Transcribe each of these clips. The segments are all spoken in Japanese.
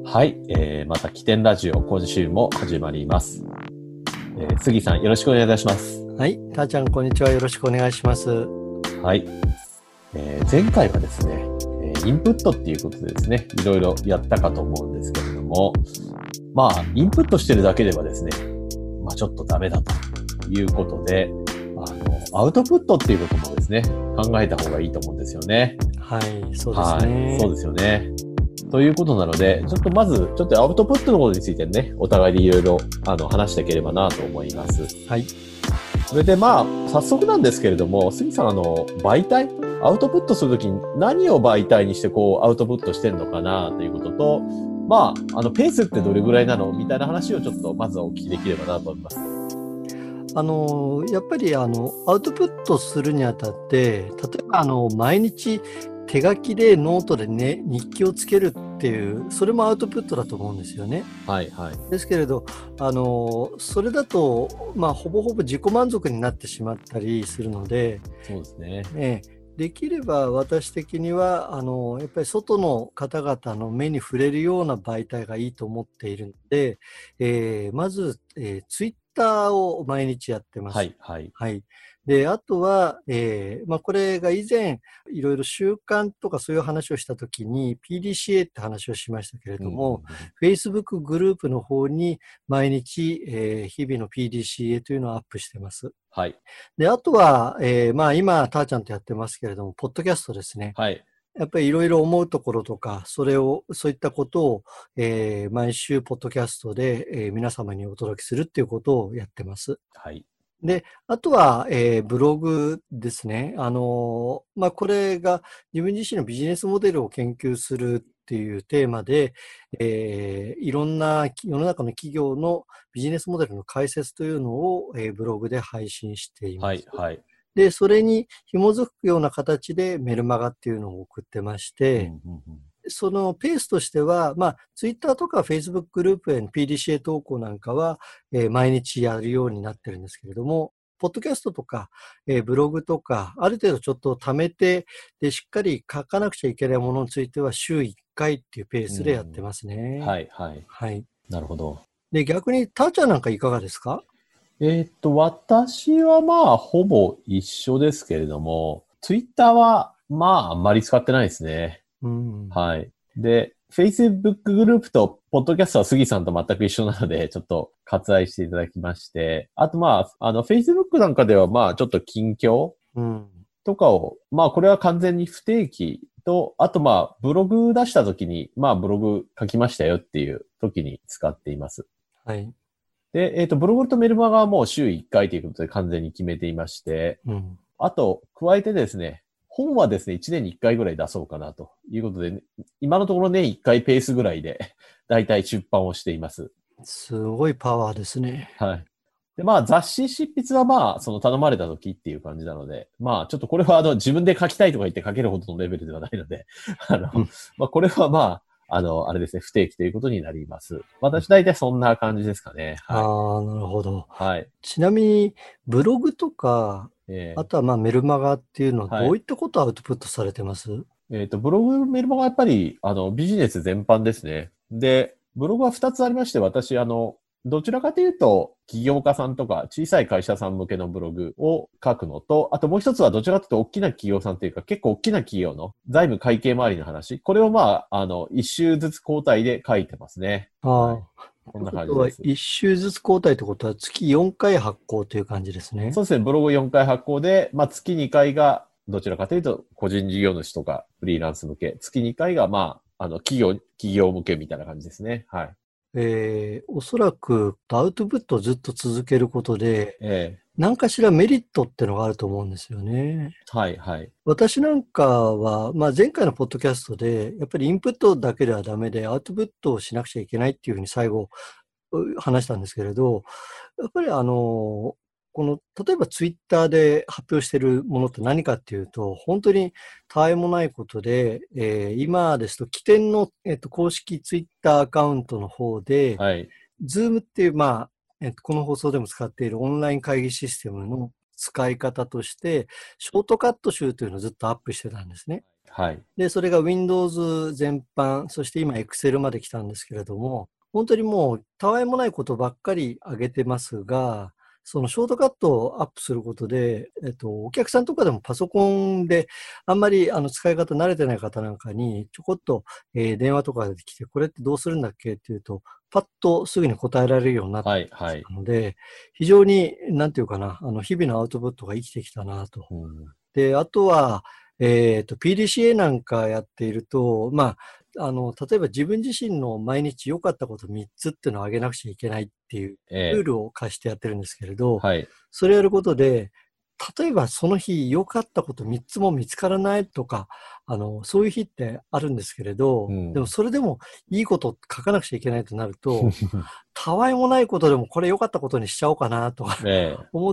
はい、また起点ラジオ今週も始まります。杉さんよろしくお願いいたします。 はい、たーちゃんこんにちは。よろしくお願いします。 はい、前回はですね、インプットっていうことでですね、いろいろやったかと思うんですけれども、インプットしてるだけではですね、ちょっとダメだということで、アウトプットっていうこともですね、考えた方がいいと思うんですよね。 はい、そうですね。 はい、そうですよね。ということなので、ちょっとまず、ちょっとアウトプットのことについてね、お互いでいろいろ話していければなと思います。 はい。 それで早速なんですけれども、杉さん媒体アウトプットするときに何を媒体にしてこうアウトプットしてるのかなということと、ペースってどれぐらいなのみたいな話をちょっとまずはお聞きできればなと思います。 やっぱりアウトプットするにあたって、例えば毎日手書きでノートでね、日記をつけるっていう、それもアウトプットだと思うんですよね。 はいはい。 ですけれど、それだと、ほぼほぼ自己満足になってしまったりするので、 そうですね。 できれば私的にはやっぱり外の方々の目に触れるような媒体がいいと思っているので、まず、ツイッターを毎日やってます。 はいはい。 はい。で、あとは、これが以前いろいろ習慣とかそういう話をしたときに PDCA って話をしましたけれども、Facebook グループの方に毎日、日々の PDCA というのをアップしてます。 はい。 で、あとは、今、たーちゃんとやってますけれども、ポッドキャストですね。 はい。 やっぱりいろいろ思うところとか、そういったことを、毎週、ポッドキャストで、皆様にお届けするっていうことをやってます。 はい。 で、あとは、ブログですね。これが自分自身のビジネスモデルを研究するっていうテーマで、いろんな世の中の企業のビジネスモデルの解説というのを、ブログで配信しています。 はい。 で、それに紐づくような形でメルマガっていうのを送ってまして、そのペースとしては、ツイッターとかフェイスブックグループへの PDCA 投稿なんかは、毎日やるようになってるんですけれども、ポッドキャストとか、ブログとか、ある程度ちょっと貯めて、で、しっかり書かなくちゃいけないものについては週1回っていうペースでやってますね。 はいはい。 はい。 なるほど。 で、逆に、たーちゃんなんかいかがですか？ 私はほぼ一緒ですけれども、ツイッターはあんまり使ってないですね。 うん。 はい。で、Facebook グループとポッドキャストは杉さんと全く一緒なので、ちょっと割愛していただきまして、あとFacebook なんかではちょっと近況うん。 とかを、これは完全に不定期と、あとブログ出した時に、ブログ書きましたよっていう時に使っています。 はい。 で、ブログとメルマガはもう週1回ということで完全に決めていまして、 うん。 あと、加えてですね、本はですね、1年に1回ぐらい出そうかなということで、今のところ年1回ペースぐらいで、だいたい出版をしています。 すごいパワーですね。 はい。で、雑誌執筆はその頼まれた時っていう感じなので、ちょっとこれは自分で書きたいとか言って書けるほどのレベルではないので、 うん。 これはあれですね、不定期ということになります。私大体そんな感じですかね。はい。 ああ、なるほど。 はい。 ちなみに、ブログとか、あえとはメルマガっていうのははい。 どういったことをアウトプットされてます？ ブログ、メルマガはやっぱり、ビジネス全般ですね。で、ブログは2つありまして、私、どちらかというと、起業家さんとか小さい会社さん向けのブログを書くのと、あともう一つはどちらかというと大きな企業さんというか、結構大きな企業の財務会計周りの話、これを一周ずつ交代で書いてますね。はい。 ああ、 こんなということは、 感じです。 一周ずつ交代ってことは月4回発行という感じですね。 そうですね、ブログ4回発行で、月2回がどちらかというと、個人事業主とかフリーランス向け、月2回が企業向けみたいな感じですね。はい。 おそらくアウトプットをずっと続けることで、 ええ何かしらメリットってのがあると思うんですよね。 はい、はい。 私なんかは、前回のポッドキャストで、やっぱりインプットだけではダメで、アウトプットをしなくちゃいけないっていうふうに最後話したんですけれど、やっぱり例えばツイッターで発表しているものって何かっていうと、本当にたわいもないことで、今ですと、起点の、公式ツイッターアカウントの方で、 はい。 ズームっていう、この放送でも使っているオンライン会議システムの使い方として、ショートカット集というのをずっとアップしてたんですね。 はい。 で、それが Windows 全般、そして今 Excel まで来たんですけれども、本当にもうたわいもないことばっかり上げてますが、そのショートカットをアップすることで、お客さんとかでもパソコンであんまり使い方慣れてない方なんかにちょこっと、電話とかで来て、これってどうするんだっけっていうと、パッとすぐに答えられるようになってはい。はい。 きたので、非常に、なんていうかな、日々のアウトプットが生きてきたなと。 うん、 で、あとは、PDCA なんかやっていると、例えば自分自身の毎日良かったこと3つっていうのを挙げなくちゃいけないっていうルーええ、 ルを課してやってるんですけれど、 はい。 それやることで、例えばその日良かったこと3つも見つからないとか、そういう日ってあるんですけれど、でもうん。 それでもいいこと書かなくちゃいけないとなると、たわいもないことでもこれ良かったことにしちゃおうかなとかええ、 思って、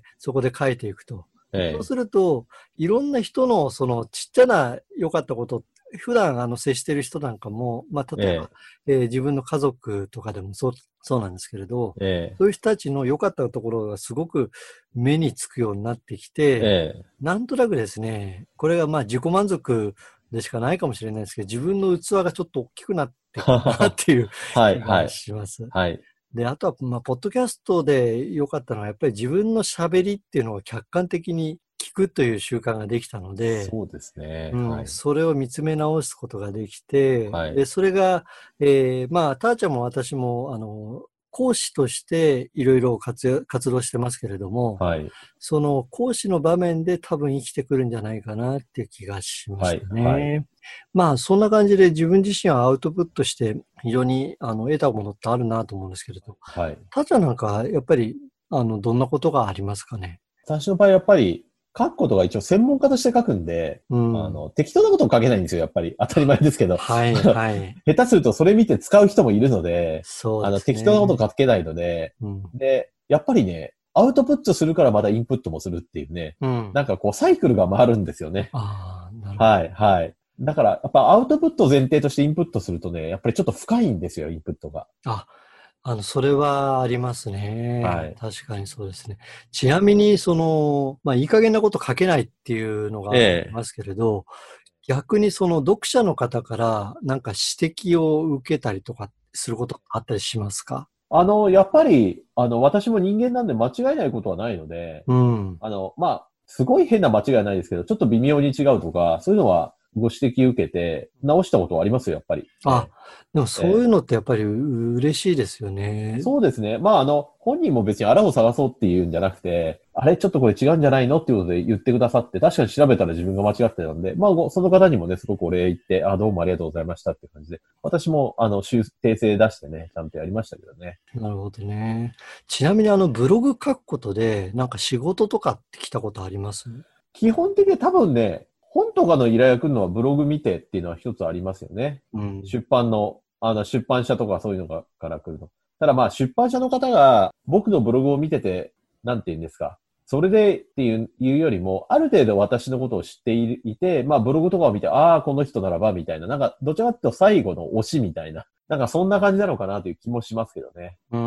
そこで書いていくと。でそうええ、 すると、いろんな人のそのちっちゃな良かったこと、普段接してる人なんかも、例えば、 え自分の家族とかでもそうなんですけれど、 え、えそういう人たちの良かったところがすごく目につくようになってきえ、 て、 ええ、 なんとなくですね、これが自己満足でしかないかもしれないですけど、自分の器がちょっと大きくなってきたなっていうはい、は気がい、 します。 はい。 で、あとは、ポッドキャストで良かったのは、やっぱり自分の喋りっていうのを客観的に聞くという習慣ができたので、 そうですね。はい。 それを見つめ直すことができて、で、 はい。 それが、たーちゃんも私も、講師としていろいろ活動してますけれども、 はい。 その講師の場面で多分生きてくるんじゃないかなっていう気がしましたはい。はい。 ね。そんな感じで自分自身はアウトプットして非常に得たものってあるなと思うんですけれど、 はい。 たーちゃんなんかやっぱりどんなことがありますかね。 私の場合、やっぱり、書くことが一応専門家として書くんで、 うん。 適当なことを書けないんですよ、やっぱり。当たり前ですけど。 はい、はい。 下手するとそれ見て使う人もいるので、 そうです適当なことね。 書けないので、 うん。 で、やっぱりね、アウトプットするからまたインプットもするっていうね、 うん。 なんかこう、サイクルが回るんですよね。 ああ、なるほど。 はい、はい。だから、やっぱアウトプットを前提としてインプットするとね、やっぱりちょっと深いんですよ、インプットが。 あ、それはありますね。 はい。 確かにそうですね。ちなみに、いい加減なこと書けないっていうのがありええ。 ますけれど、逆にその読者の方からなんか指摘を受けたりとかすることあったりしますか？ やっぱり、私も人間なんで間違えないことはないので、 うん。 すごい変な間違いはないですけど、ちょっと微妙に違うとか、そういうのはご指摘受けて、直したことはありますよ、やっぱり。 あ、でもええ。 そういうのってやっぱり嬉しいですよね。 そうですね。本人も別にあらを探そうっていうんじゃなくて、あれ、ちょっとこれ違うんじゃないのっていうことで言ってくださって、確かに調べたら自分が間違ってたんで、その方にもね、すごくお礼言って、どうもありがとうございましたって感じで、私も、訂正出してね、ちゃんとやりましたけどね。 なるほどね。ちなみにブログ書くことで、なんか仕事とかって来たことあります？ 基本的に多分ね、本とかの依頼が来るのはブログ見てっていうのは一つありますよね。 うん。 出版社とかそういうのから来るの。ただ出版社の方が僕のブログを見てて、なんて言うんですか。それでっていうよりも、ある程度私のことを知っていて、ブログとかを見て、ああ、この人ならば、みたいな。なんか、どちらかというと最後の推しみたいな。なんかそんな感じなのかなという気もしますけどね。 うん。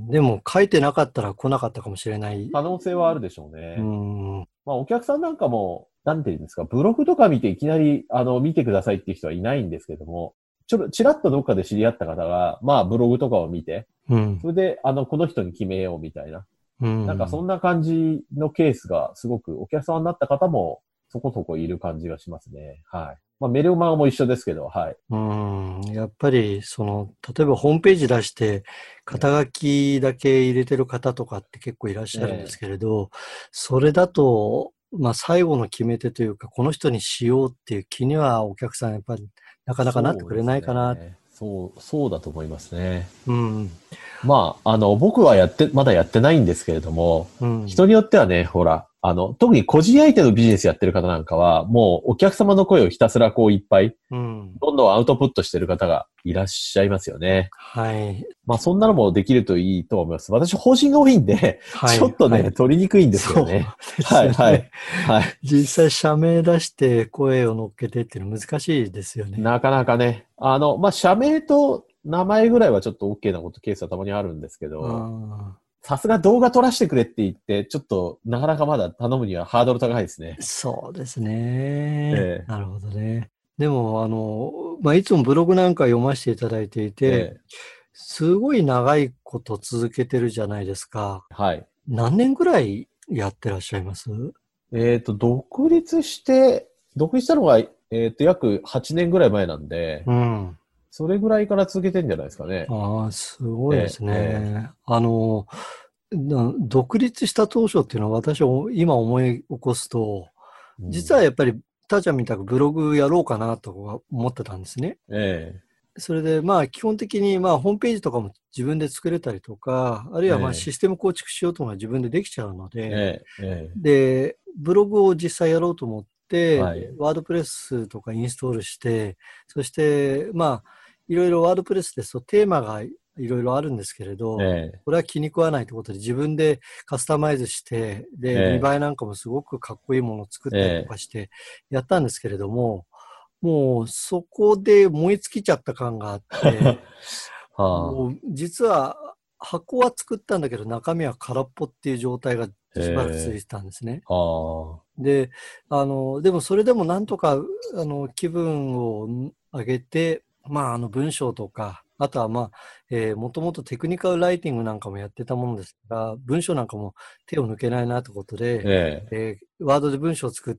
でも書いてなかったら来なかったかもしれない。 可能性はあるでしょううね。 ん。 お客さんなんかも、なんていうんですか、ブログとか見ていきなり、見てくださいっていう人はいないんですけども、ちらっとどっかで知り合った方が、ブログとかを見て、 うん。 それで、この人に決めようみたいな。 うなんかそん。 んな感じのケースがすごくお客様になった方もそこそこいる感じがしますね。はい。メルマガも一緒ですけど、はい。 うん。やっぱり、例えばホームページ出して、肩書きだけ入れてる方とかって結構いらっしゃるんですええ、 けれど、それだと、最後の決め手というか、この人にしようっていう気にはお客さんやっぱりなかなかなってくれそうですないかな。 ね。そうだと思いますね。 うん。 僕はまだやってないんですけれども、 うん。 人によってはね、ほら、特に個人相手のビジネスやってる方なんかは、もうお客様の声をひたすらこういっぱい、 うん。 どんどんアウトプットしてる方がいらっしゃいますよね。 はい。 そんなのもできるといいと思います。私、法人が多いんで、 はちょい。 っとね、 はい。 取りにくいんですよそうね。 ですはい、はよね。 い、はい。 実際社名出して声を乗っけてっていうの難しいですよね。 なかなかね、社名と名前ぐらいはちょっと OK なことケースはたまにあるんですけあど、 あ。 さすが動画撮らせてくれって言って、ちょっとなかなかまだ頼むにはハードル高いですね。 そうですね。 ええなるほどね。でも、いつもブログなんか読ませていただいていて、 ええすごい長いこと続けてるじゃないですか。 はい。 何年ぐらいやってらっしゃいます？ 独立したのが、約8年ぐらい前なんで、 うん。 それぐらいから続けてんじゃないですかね。 ああ、すごいですえね。独立した当初っていうのは私は今思い起こすと、実はやっぱりターちゃんみたくブログやろうかなとは思ってたんですね。 えそれで基本的にホームページとかも自分で作れたりとか、あるいはええシステム構築しようとも自分でできちゃうので、 ええで、ブログを実際やろうと思って、 はい。 ワードプレスとかインストールして、そして、いろいろワードプレスですとテーマがいろいろあるんですけれど、 えこれは気に食わないということで自分でカスタマイズして、で、見栄ええなんかもすごくかっこいいものを作ったりとええかしてやったんですけれども、もうそこで燃え尽きちゃった感があって、 はあ。 もう実は箱は作ったんだけど中身は空っぽっていう状態がしばらく続いええてたんですね。 はあ。 で、でもそれでもなんとか、気分を上げて、文章とか、あとはもともとテクニカルライティングなんかもやってたものですから、文章なんかも手を抜けないなということで、 ええワードで文章を作って、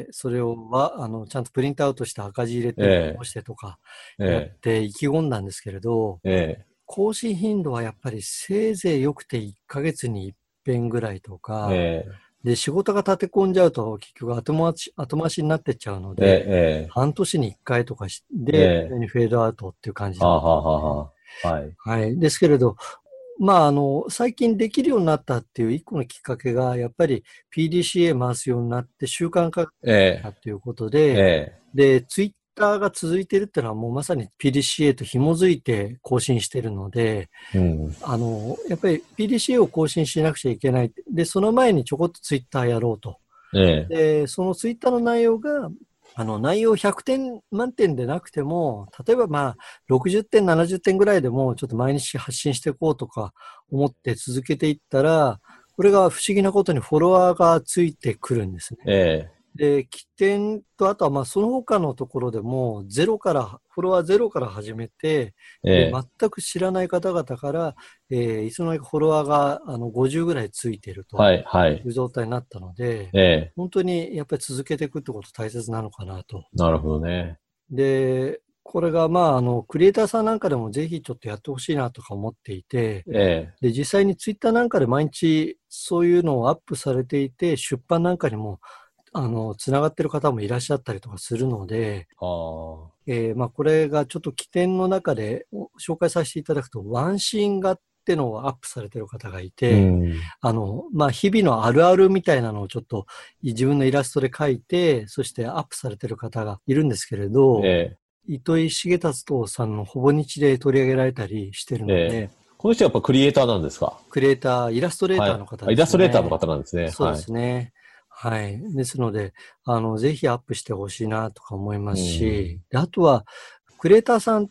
それをちゃんとプリントアウトして赤字入れてえ押してとかやっえて意気込んだんですけれど、 ええ更新頻度はやっぱりせいぜい良くて1ヶ月に一遍ぐらいとか、 えで、仕事が立て込んじゃうと結局後回しになってっちゃうのえで、 え半年に1回とかえで、 えフェードアウトっていう感じだ。 はあはあはあはあ。はい。 はい。ですけれど、最近できるようになったっていう一個のきっかけが、やっぱり PDCA 回すようになって習慣化だえということえで、 えで、ツイッターが続いてるっていうのはもうまさに PDCA と紐づいて更新してるので、 うん。 やっぱり PDCA を更新しなくちゃいけない。で、その前にちょこっとツイッターやろうと。 ええで、そのツイッターの内容が、内容100点満点でなくても、例えば60点、70点ぐらいでも、ちょっと毎日発信していこうとか思って続けていったら、これが不思議なことにフォロワーがついてくるんですね。 ええで、起点と、あとはその他のところでも、フォロワーゼロから始めて、で、 ええ全く知らない方々から、いつの間にかフォロワーが50ぐらいついてるとはいはい。 いう状態になったので、 ええ本当にやっぱり続けていくってこと大切なのかなと。 なるほどね。 で、これがクリエイターさんなんかでもぜひちょっとやってほしいなとか思っていて、 えで、実際にツイッターなんかで毎日そういうのをアップされていて、出版なんかにもつながってる方もいらっしゃったりとかするので、 はこれがちょっと起点の中で紹介させていただくと、ワンシーン画ってのをアップされてる方がいうて、 ん。 日々のあるあるみたいなのをちょっと自分のイラストで描いて、そしてアップされてる方がいるんですけれど、 え糸井重達夫さんのほぼ日で取り上げられたりしてるえええので、 この人はやっぱクリエイターなんですか？ クリエイター、イラストレーはい。 ターの方あ、イですラストレーターのね。 方なんですね。 そうではい。 すね。はい。ですので、ぜひアップしてほしいなとか思いまうすし、 ん。 であとは、クリエイターさんって、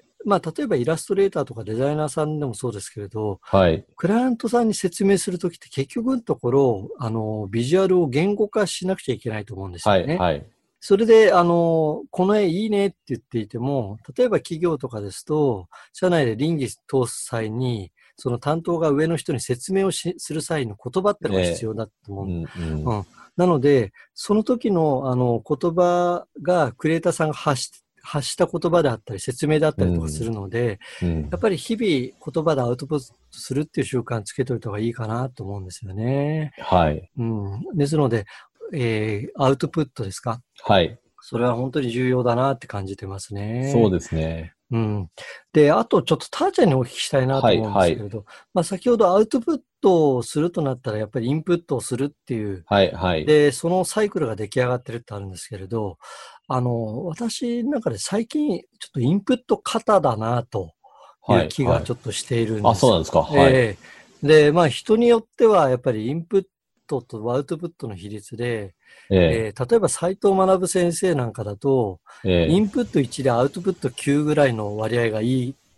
例えばイラストレーターとかデザイナーさんでもそうですけれど、 はい。 クライアントさんに説明するときって結局のところ、ビジュアルを言語化しなくちゃいけないと思うんですはい。 よね。 はい。 それで、この絵いいねって言っていても、例えば企業とかですと、社内で倫理通す際に、その担当が上の人に説明をする際の言葉ってのが必え要だと思う。 うん。うん。 うん。なので、その時の、言葉が、クリエイターさんが発した言葉であったり、説明であったりとかするので、 うん。 やっぱり日々言葉でアウトプットするっていう習慣つけといた方がいいかなと思うんですよね。 はい。 うん。ですので、アウトプットですか？ はい。 それは本当に重要だなって感じてますね。 そうですね。 うん。で、あとちょっとターちゃんにお聞きしたいなはい。 と思うんではい。 すけれど、先ほどアウトプットをするとなったらやっぱりインプットをするっていう、 はい。はい。 で、そのサイクルが出来上がってるってあるんですけれど、私の中で最近ちょっとインプット過多だなといはい。 う気がはい。 ちょっとしているんあ、 です。 そうなんですか。はい。 ええ。で、人によってはやっぱりインプットとアウトプットの比率で、 え例えば斉藤学先生なんかだと、 ええインプット1でアウトプット9ぐらいの割合がいい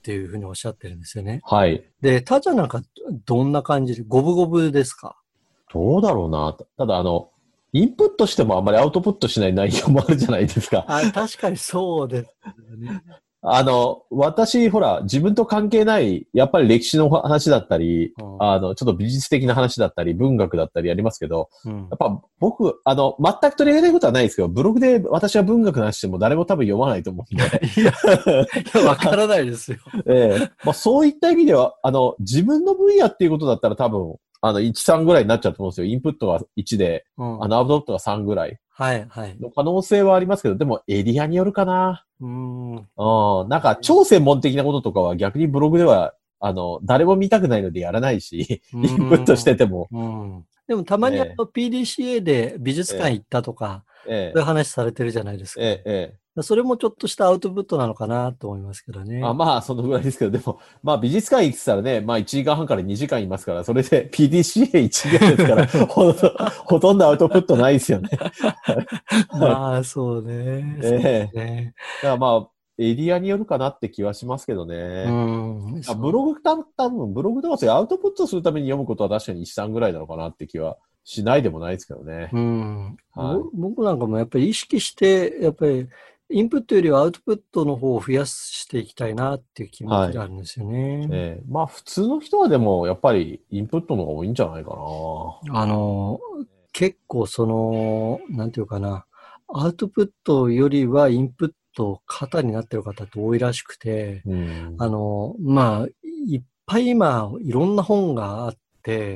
っていうふうにおっしゃってるんですよね。 はい。 で、たーちゃんなんかどんな感じで、五分五分ですか？ どうだろうな。ただインプットしてもあんまりアウトプットしない内容もあるじゃないですか。 確かにそうですね。 私、ほら、自分と関係ない、やっぱり歴史の話だったり、 うんちょっと美術的な話だったり、文学だったりやりますけど、 うん、 やっぱ僕、全く取り上げないことはないですけど、ブログで私は文学の話しても誰も多分読まないと思うんで。 いや、わからないですよ。 まあ、そういった意味では、自分の分野っていうことだったら多分、1、3ぐらいになっちゃうと思うんですよ。インプットが1で、アウトプットが3ぐらい。 はいはい。 の可能性はありますけど、でもエリアによるかな。なんか超専門的なこととかは逆にブログでは、誰も見たくないのでやらないし、インプットしてても。 でもたまにPDCA で美術館行ったとか、そういう話されてるじゃないですか。それもちょっとしたアウトプットなのかなと思いますけどね。 まあ、そのぐらいですけど、でも、まあ、美術館行ってたらね、まあ、1時間半から2時間いますから、それで PDCA1 時間ですから、ほとんどアウトプットないですよね。 まあ、そうね。そうですね。 だからまあ、エリアによるかなって気はしますけどね。ブログ、多分、ブログとかそういうアウトプットするために読むことは確かに1、3ぐらいなのかなって気はしないでもないですけどね。 僕なんかもやっぱり意識して、やっぱりインプットよりはアウトプットの方を増やしていきたいなっていう気持ちがあるんですよね。 まあ普通の人はでもやっぱりインプットの方が多いんじゃないかな。 結構なんていうかな、アウトプットよりはインプット型になってる方って多いらしくて、まあ、いっぱい今いろんな本があって、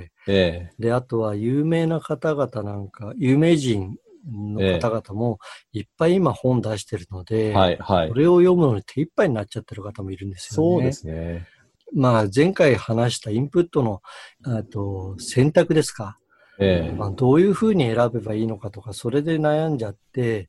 で、あとは有名な方々なんか、有名人の方々もいっぱい今本出してるので、それを読むのに手一杯になっちゃってる方もいるんですよね。 そうですね。 まあ前回話したインプットの選択ですか。どういうふうに選べばいいのかとか、それで悩んじゃって、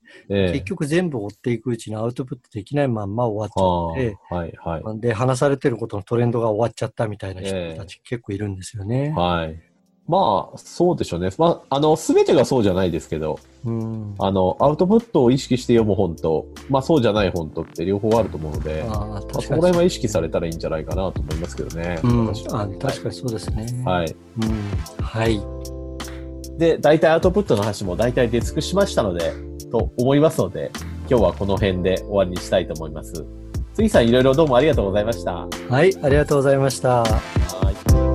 結局全部追っていくうちにアウトプットできないまんま終わっちゃって、で、話されてることのトレンドが終わっちゃったみたいな人たち結構いるんですよね。 まあ、そうでしょうね。まあ、すべてがそうじゃないですけど、アウトプットを意識して読む本と、まあそうじゃない本とって両方あると思うので、そこら辺は意識されたらいいんじゃないかなと思いますけどね。 確かにそうですね。 はい。で、大体アウトプットの話も大体出尽くしましたので、と思いますので、今日はこの辺で終わりにしたいと思います。杉さんいろいろどうもありがとうございました。 はい、ありがとうございました。 はい。